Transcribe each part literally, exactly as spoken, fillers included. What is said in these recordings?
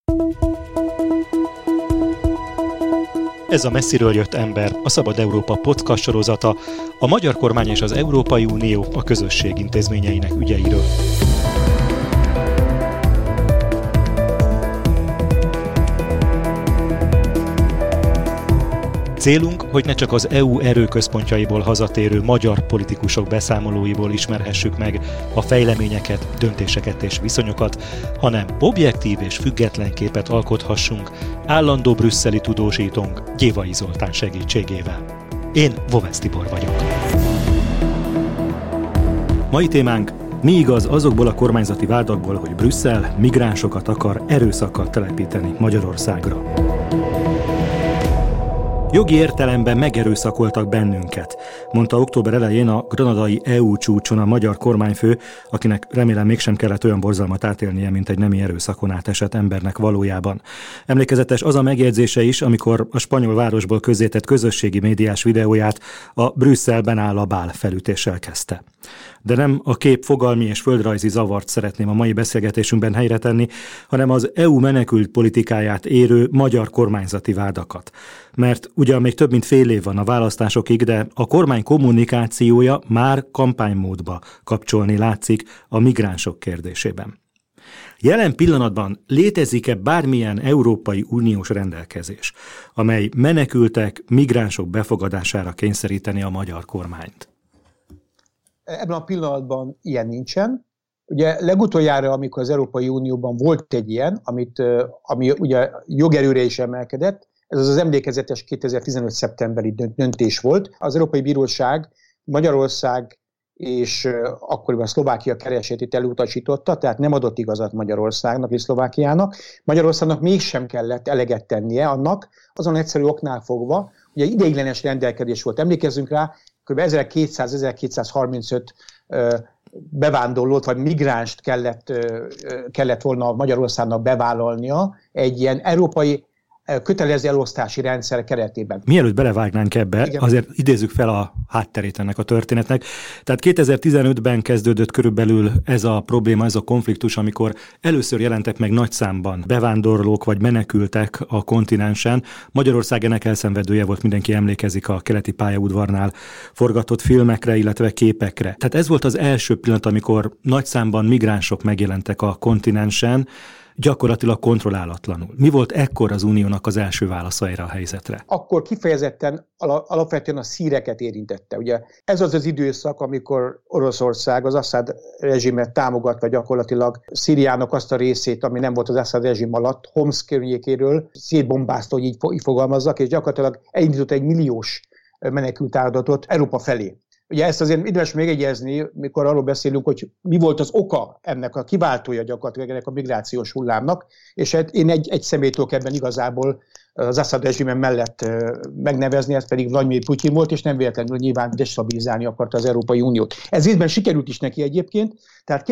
Ez a Messziről jött ember, a Szabad Európa podcast sorozata, a magyar kormány és az Európai Unió a közösség intézményeinek ügyeiről. Célunk, hogy ne csak az é u erőközpontjaiból hazatérő magyar politikusok beszámolóiból ismerhessük meg a fejleményeket, döntéseket és viszonyokat, hanem objektív és független képet alkothassunk állandó brüsszeli tudósítónk Gyévai Zoltán segítségével. Én Vovesz Tibor vagyok. Mai témánk: mi igaz azokból a kormányzati vádakból, hogy Brüsszel migránsokat akar erőszakkal telepíteni Magyarországra? Jogi értelemben megerőszakoltak bennünket, mondta október elején a granadai é u csúcson a magyar kormányfő, akinek remélem mégsem kellett olyan borzalmat átélnie, mint egy nemi erőszakon átesett embernek valójában. Emlékezetes az a megjegyzése is, amikor a spanyol városból közzétett közösségi médiás videóját a Brüsszelben áll a bál felütéssel kezdte. De nem a kép fogalmi és földrajzi zavart szeretném a mai beszélgetésünkben helyre tenni, hanem az é u menekült politikáját érő magyar kormányzati vádakat. Mert ugyan még több mint fél év van a választásokig, de a kormány kommunikációja már kampánymódba kapcsolni látszik a migránsok kérdésében. Jelen pillanatban létezik-e bármilyen Európai Uniós rendelkezés, amely menekültek, migránsok befogadására kényszeríteni a magyar kormányt? Ebben a pillanatban ilyen nincsen. Ugye legutoljára, amikor az Európai Unióban volt egy ilyen, amit, ami ugye jogerőre is emelkedett, ez az az emlékezetes kétezer-tizenöt szeptemberi döntés volt. Az Európai Bíróság Magyarország és akkoriban Szlovákia keresetét elutasította, tehát nem adott igazat Magyarországnak és Szlovákiának. Magyarországnak mégsem kellett eleget tennie annak, azon egyszerű oknál fogva, ugye ideiglenes rendelkezés volt, emlékezzünk rá, kb. ezerkétszáz-ezerkétszázharmincöt bevándorlót vagy migránst kellett, kellett volna Magyarországnak bevállalnia egy ilyen európai kötelező elosztási rendszer keretében. Mielőtt belevágnánk ebbe, igen, azért idézzük fel a hátterét ennek a történetnek. Tehát kétezer-tizenötben kezdődött körülbelül ez a probléma, ez a konfliktus, amikor először jelentek meg nagy számban bevándorlók vagy menekültek a kontinensen. Magyarország ennek elszenvedője volt, mindenki emlékezik a keleti pályaudvarnál forgatott filmekre, illetve képekre. Tehát ez volt az első pillanat, amikor nagy számban migránsok megjelentek a kontinensen, gyakorlatilag kontrollálatlanul. Mi volt ekkor az Uniónak az első válasza erre a helyzetre? Akkor kifejezetten alapvetően a szíreket érintette. Ugye ez az az időszak, amikor Oroszország az Assad rezsimet támogatva gyakorlatilag Szíriának azt a részét, ami nem volt az Assad rezsim alatt, Homs környékéről szétbombázta, hogy így fogalmazzak, és gyakorlatilag elindított egy milliós menekült áradatot Európa felé. Ugye ezt azért érdemes megjegyezni, mikor arról beszélünk, hogy mi volt az oka ennek a kiváltója gyakorlatilag ennek a migrációs hullámnak, és hát én egy, egy személyt tudok ebben igazából az Assad rezsimen mellett megnevezni, ez pedig Vladimir Putyin volt, és nem véletlenül nyilván destabilizálni akarta az Európai Uniót. Ez részben sikerült is neki egyébként, tehát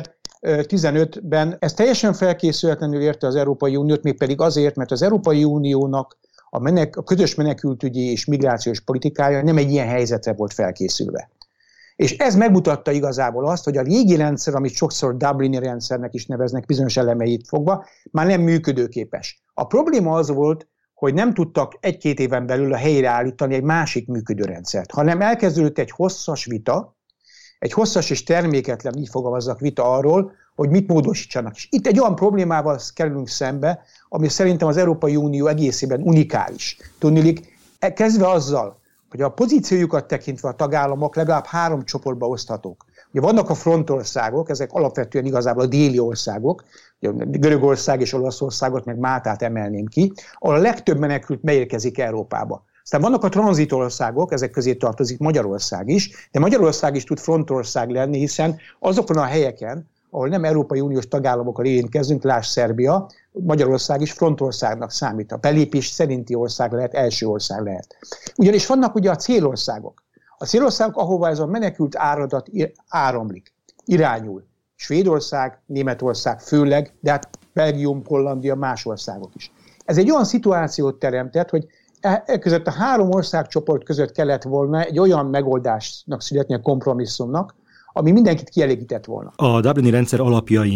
kétezer-tizenötben ez teljesen felkészületlenül érte az Európai Uniót, mégpedig azért, mert az Európai Uniónak A, menek, a közös menekültügyi és migrációs politikája nem egy ilyen helyzetre volt felkészülve. És ez megmutatta igazából azt, hogy a régi rendszer, amit sokszor Dublini rendszernek is neveznek bizonyos elemeit fogva, már nem működőképes. A probléma az volt, hogy nem tudtak egy-két éven belül a helyre állítani egy másik működő rendszert, hanem elkezdődött egy hosszas vita, egy hosszas és terméketlen, így fogalmazzak, vita arról, hogy mit módosítsanak. És itt egy olyan problémával kerülünk szembe, ami szerintem az Európai Unió egészében unikális. Tudniillik, kezdve azzal, hogy a pozíciójukat tekintve a tagállamok legalább három csoportba oszthatók. Ugye vannak a frontországok, ezek alapvetően igazából a déli országok, Görögország és Olaszországot, meg Máltát emelném ki, ahol a legtöbb menekült beérkezik Európába. Aztán vannak a tranzitországok, ezek közé tartozik Magyarország is, de Magyarország is tud frontország lenni, hiszen azokon a helyeken, ahol nem Európai Uniós tagállamokkal érintkezünk, lásd Szerbia, Magyarország is frontországnak számít. A belépés szerinti ország lehet, első ország lehet. Ugyanis vannak ugye a célországok. A célországok, ahova ez a menekült áradat áramlik, irányul. Svédország, Németország főleg, de hát Belgium, Hollandia, más országok is. Ez egy olyan szituációt teremtett, hogy e között a három országcsoport között kellett volna egy olyan megoldásnak születni, a kompromisszumnak, ami mindenkit kielégített volna. A Dublini rendszer alapjain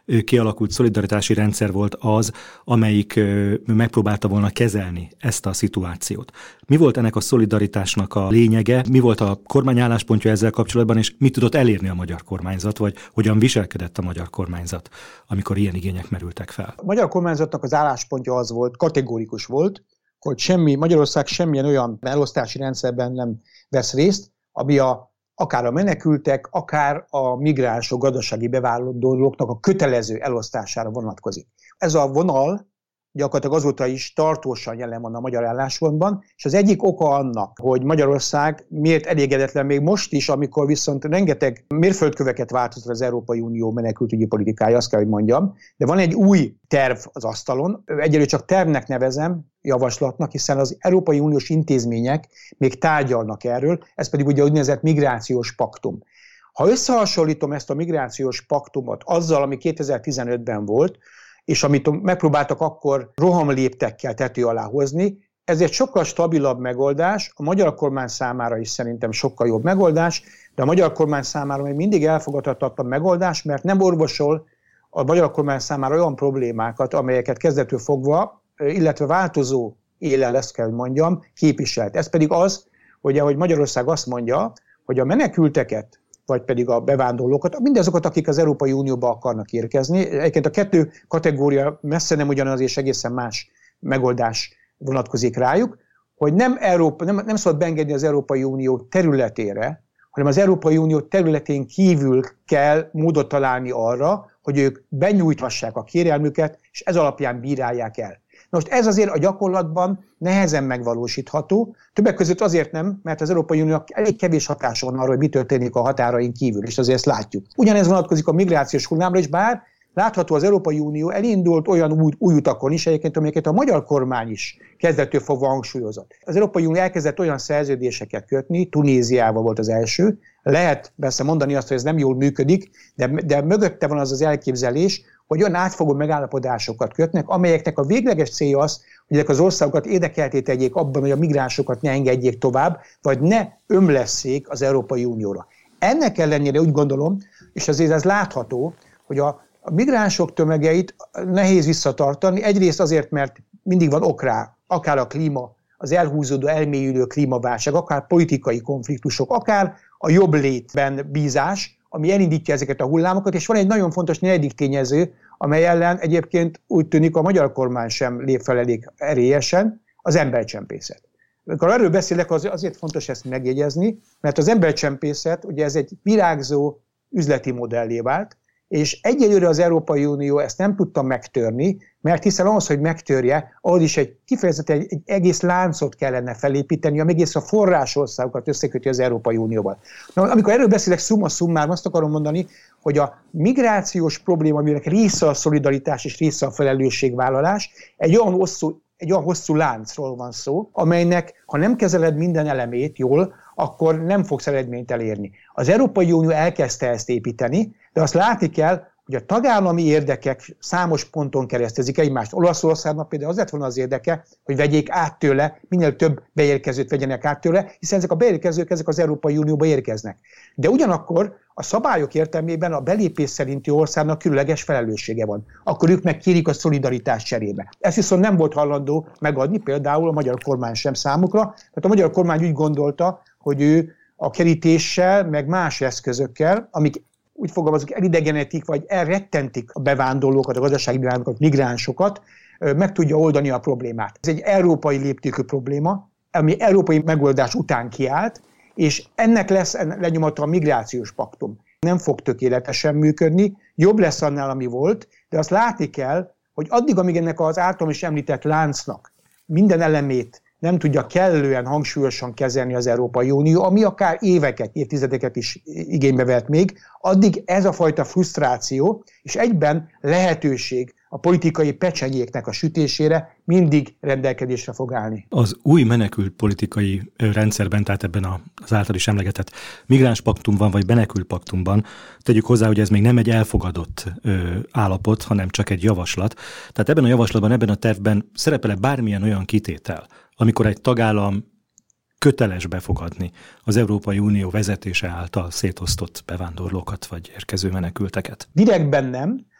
kialakult szolidaritási rendszer volt az, amelyik megpróbálta volna kezelni ezt a szituációt. Mi volt ennek a szolidaritásnak a lényege, mi volt a kormány álláspontja ezzel kapcsolatban, és mit tudott elérni a magyar kormányzat, vagy hogyan viselkedett a magyar kormányzat, amikor ilyen igények merültek fel? A magyar kormányzatnak az álláspontja az volt, kategórikus volt, hogy semmi, Magyarország semmilyen olyan elosztási rendszerben nem vesz részt, ami a, akár a menekültek, akár a migránsok, gazdasági bevándorlóknak a kötelező elosztására vonatkozik. Ez a vonal gyakorlatilag azóta is tartósan jelen van a magyar álláspontban, és az egyik oka annak, hogy Magyarország miért elégedetlen még most is, amikor viszont rengeteg mérföldköveket változott az Európai Unió menekültügyi politikája, azt kell, hogy mondjam, de van egy új terv az asztalon, egyelőre csak tervnek nevezem, javaslatnak, hiszen az Európai Uniós intézmények még tárgyalnak erről, ez pedig ugye úgynevezett migrációs paktum. Ha összehasonlítom ezt a migrációs paktumot azzal, ami kétezer-tizenötben volt, és amit megpróbáltak akkor rohamléptekkel tető alá hozni, ez egy sokkal stabilabb megoldás, a magyar kormány számára is szerintem sokkal jobb megoldás, de a magyar kormány számára még mindig elfogadhatatlan megoldás, mert nem orvosol a magyar kormány számára olyan problémákat, amelyeket kezdettől fogva, illetve változó élen lesz, kell mondjam, képviselt. Ez pedig az, hogy ahogy Magyarország azt mondja, hogy a menekülteket, vagy pedig a bevándorlókat, mindazokat, akik az Európai Unióba akarnak érkezni. Egyébként a kettő kategória messze nem ugyanaz, és egészen más megoldás vonatkozik rájuk, hogy nem, Európa, nem, nem szabad beengedni az Európai Unió területére, hanem az Európai Unió területén kívül kell módot találni arra, hogy ők benyújthassák a kérelmüket, és ez alapján bírálják el. Most ez azért a gyakorlatban nehezen megvalósítható, többek között azért nem, mert az Európai Uniónak elég kevés hatása van arra, hogy mi történik a határain kívül, és azért ezt látjuk. Ugyanez vonatkozik a migrációs hullámra is, bár látható az Európai Unió elindult olyan új, új utakon is, egyébként, amelyeket a magyar kormány is kezdettől fogva hangsúlyozott. Az Európai Unió elkezdett olyan szerződéseket kötni, Tunéziával volt az első, lehet persze mondani azt, hogy ez nem jól működik, de, de mögötte van az az elképzelés, hogy olyan átfogó megállapodásokat kötnek, amelyeknek a végleges célja az, hogy ezek az országokat érdekelté tegyék abban, hogy a migránsokat ne engedjék tovább, vagy ne ömlesszék az Európai Unióra. Ennek ellenére úgy gondolom, és azért ez látható, hogy a, a migránsok tömegeit nehéz visszatartani, egyrészt azért, mert mindig van ok rá, akár a klíma, az elhúzódó, elmélyülő klímaválság, akár politikai konfliktusok, akár a jobb létben bízás, ami elindítja ezeket a hullámokat, és van egy nagyon fontos negyedik tényező, amely ellen egyébként úgy tűnik a magyar kormány sem lép fel elég erélyesen, az embercsempészet. Amikor erről beszélek, az azért fontos ezt megjegyezni, mert az embercsempészet, ugye ez egy virágzó üzleti modellé vált, és egyelőre az Európai Unió ezt nem tudta megtörni, mert hiszen ahhoz, hogy megtörje, ahhoz is egy kifejezetten egy, egy egész láncot kellene felépíteni, ami egész a forrásországokat összeköti az Európai Unióval. Na, amikor erről beszélek szumma szummár, azt akarom mondani, hogy a migrációs probléma, aminek része a szolidaritás és része a felelősségvállalás, egy olyan hosszú, egy olyan hosszú láncról van szó, amelynek, ha nem kezeled minden elemét jól, akkor nem fogsz eredményt elérni. Az Európai Unió elkezdte ezt építeni, de azt látni kell, hogy a tagállami érdekek számos ponton keresztezik egymást. Olaszországnak például az lett volna az érdeke, hogy vegyék át tőle, minél több beérkezőt vegyenek át tőle, hiszen ezek a beérkezők ezek az Európai Unióba érkeznek. De ugyanakkor a szabályok értelmében a belépés szerinti országnak különleges felelőssége van. Akkor ők meg kérik a szolidaritást cserébe. Ezt viszont nem volt hajlandó megadni, például a magyar kormány sem számukra. Tehát a magyar kormány úgy gondolta, hogy ő a kerítéssel, meg más eszközökkel, amik úgy fogalmazok, elidegenítik, vagy elrettentik a bevándorlókat, a gazdasági bevándorlókat, migránsokat, meg tudja oldani a problémát. Ez egy európai léptékű probléma, ami európai megoldás után kiállt, és ennek lesz lenyomata a migrációs paktum. Nem fog tökéletesen működni, jobb lesz annál, ami volt, de azt látni kell, hogy addig, amíg ennek az általam is említett láncnak minden elemét nem tudja kellően hangsúlyosan kezelni az Európai Unió, ami akár éveket, évtizedeket is igénybe vett még, addig ez a fajta frusztráció és egyben lehetőség a politikai pecsenyéknek a sütésére mindig rendelkezésre fog állni. Az új menekült politikai rendszerben, tehát ebben az által is emlegetett migránspaktumban vagy menekültpaktumban, tegyük hozzá, hogy ez még nem egy elfogadott ö, állapot, hanem csak egy javaslat. Tehát ebben a javaslatban, ebben a tervben szerepel-e bármilyen olyan kitétel, amikor egy tagállam köteles befogadni az Európai Unió vezetése által szétosztott bevándorlókat vagy érkező menekülteket? Direktben nem.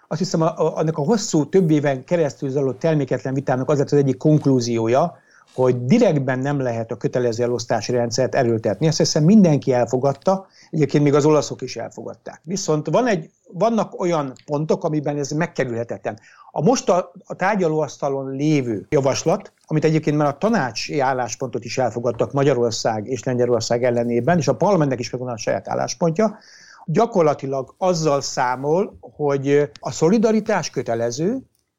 azt hiszem, a, a, annak a hosszú, több éven keresztül zajlott terméketlen vitának az lett az egyik konklúziója, hogy direktben nem lehet a kötelező elosztási rendszert erőltetni. Ezt hiszem mindenki elfogadta, egyébként még az olaszok is elfogadták. Viszont van egy, vannak olyan pontok, amiben ez megkerülhetetlen. A most a, a tárgyalóasztalon lévő javaslat, amit egyébként már a tanácsi álláspontot is elfogadtak Magyarország és Lengyelország ellenében, és a parlamentnek is megvan a saját álláspontja, gyakorlatilag azzal számol, hogy a szolidaritás kötelező,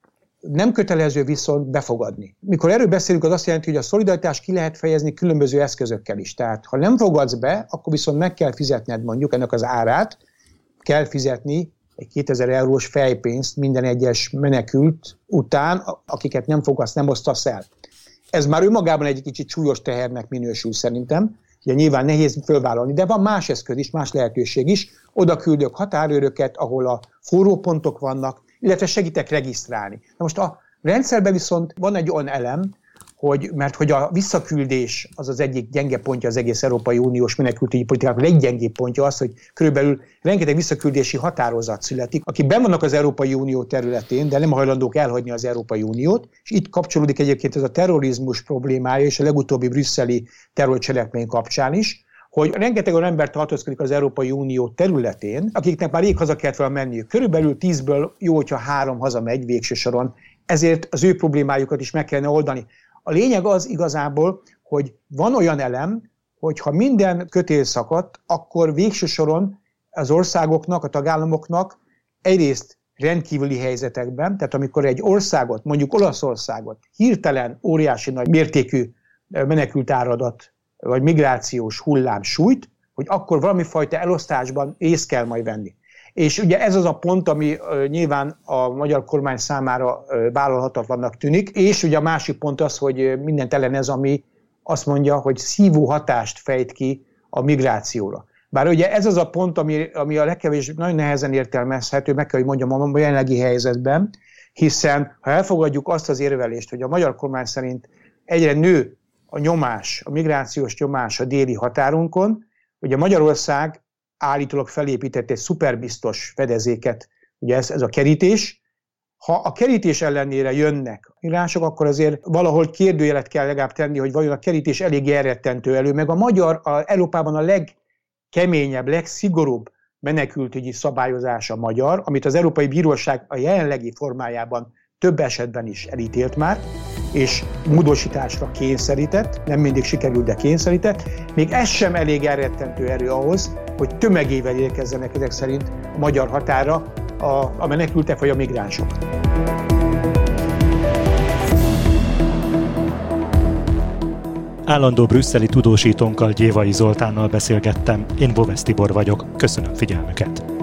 nem kötelező viszont befogadni. Mikor erről beszélünk, az azt jelenti, hogy a szolidaritást ki lehet fejezni különböző eszközökkel is. Tehát ha nem fogadsz be, akkor viszont meg kell fizetned mondjuk ennek az árát, kell fizetni egy kétezer eurós fejpénzt minden egyes menekült után, akiket nem fogadsz, nem osztasz el. Ez már önmagában egy kicsit súlyos tehernek minősül szerintem. Ugye nyilván nehéz fölvállalni, de van más eszköz is, más lehetőség is. Oda küldök határőröket, ahol a forró pontok vannak, illetve segítek regisztrálni. Na most a rendszerben viszont van egy olyan elem, hogy, mert hogy a visszaküldés az az egyik gyenge pontja az egész Európai Uniós menekültügyi politikának, a leggyengébb pontja az, hogy körülbelül rengeteg visszaküldési határozat születik, akik benn vannak az Európai Unió területén, de nem hajlandók elhagyni az Európai Uniót, és itt kapcsolódik egyébként ez a terrorizmus problémája és a legutóbbi brüsszeli terrorcselekmény kapcsán is, hogy rengeteg olyan ember tartózkodik az Európai Unió területén, akiknek már rég haza kellett volna menniük. Körülbelül tízből jó, hogyha három hazamegy végső soron, ezért az ő problémájukat is meg kellene oldani. A lényeg az igazából, hogy van olyan elem, hogy ha minden kötél szakadt, akkor végső soron az országoknak, a tagállamoknak egyrészt rendkívüli helyzetekben, tehát amikor egy országot, mondjuk Olaszországot hirtelen óriási nagy mértékű menekült áradat vagy migrációs hullám sújt, hogy akkor valami fajta elosztásban részt kell majd venni. És ugye ez az a pont, ami uh, nyilván a magyar kormány számára uh, vállalhatatlannak tűnik, és ugye a másik pont az, hogy uh, mindent ellenez, ami azt mondja, hogy szívó hatást fejt ki a migrációra. Bár ugye ez az a pont, ami, ami a legkevésbé nagyon nehezen értelmezhető, meg kell, hogy mondjam, a jelenlegi helyzetben, hiszen ha elfogadjuk azt az érvelést, hogy a magyar kormány szerint egyre nő a nyomás, a migrációs nyomás a déli határunkon, ugye Magyarország állítólag felépített egy szuperbiztos fedezéket, ugye ez, ez a kerítés. Ha a kerítés ellenére jönnek migránsok, akkor azért valahol kérdőjelet kell legalább tenni, hogy vajon a kerítés elég elrettentő elő, meg a magyar, a, Európában a legkeményebb, legszigorúbb menekültügyi szabályozás a magyar, amit az Európai Bíróság a jelenlegi formájában több esetben is elítélt már, és módosításra kényszerített, nem mindig sikerült, de kényszerített, még ez sem elég elrettentő erő ahhoz, hogy tömegével érkezzenek ezek szerint a magyar határa a, a menekültek vagy a migránsok. Állandó brüsszeli tudósítónkkal, Gyévai Zoltánnal beszélgettem. Én Bovesz Tibor vagyok. Köszönöm figyelmüket!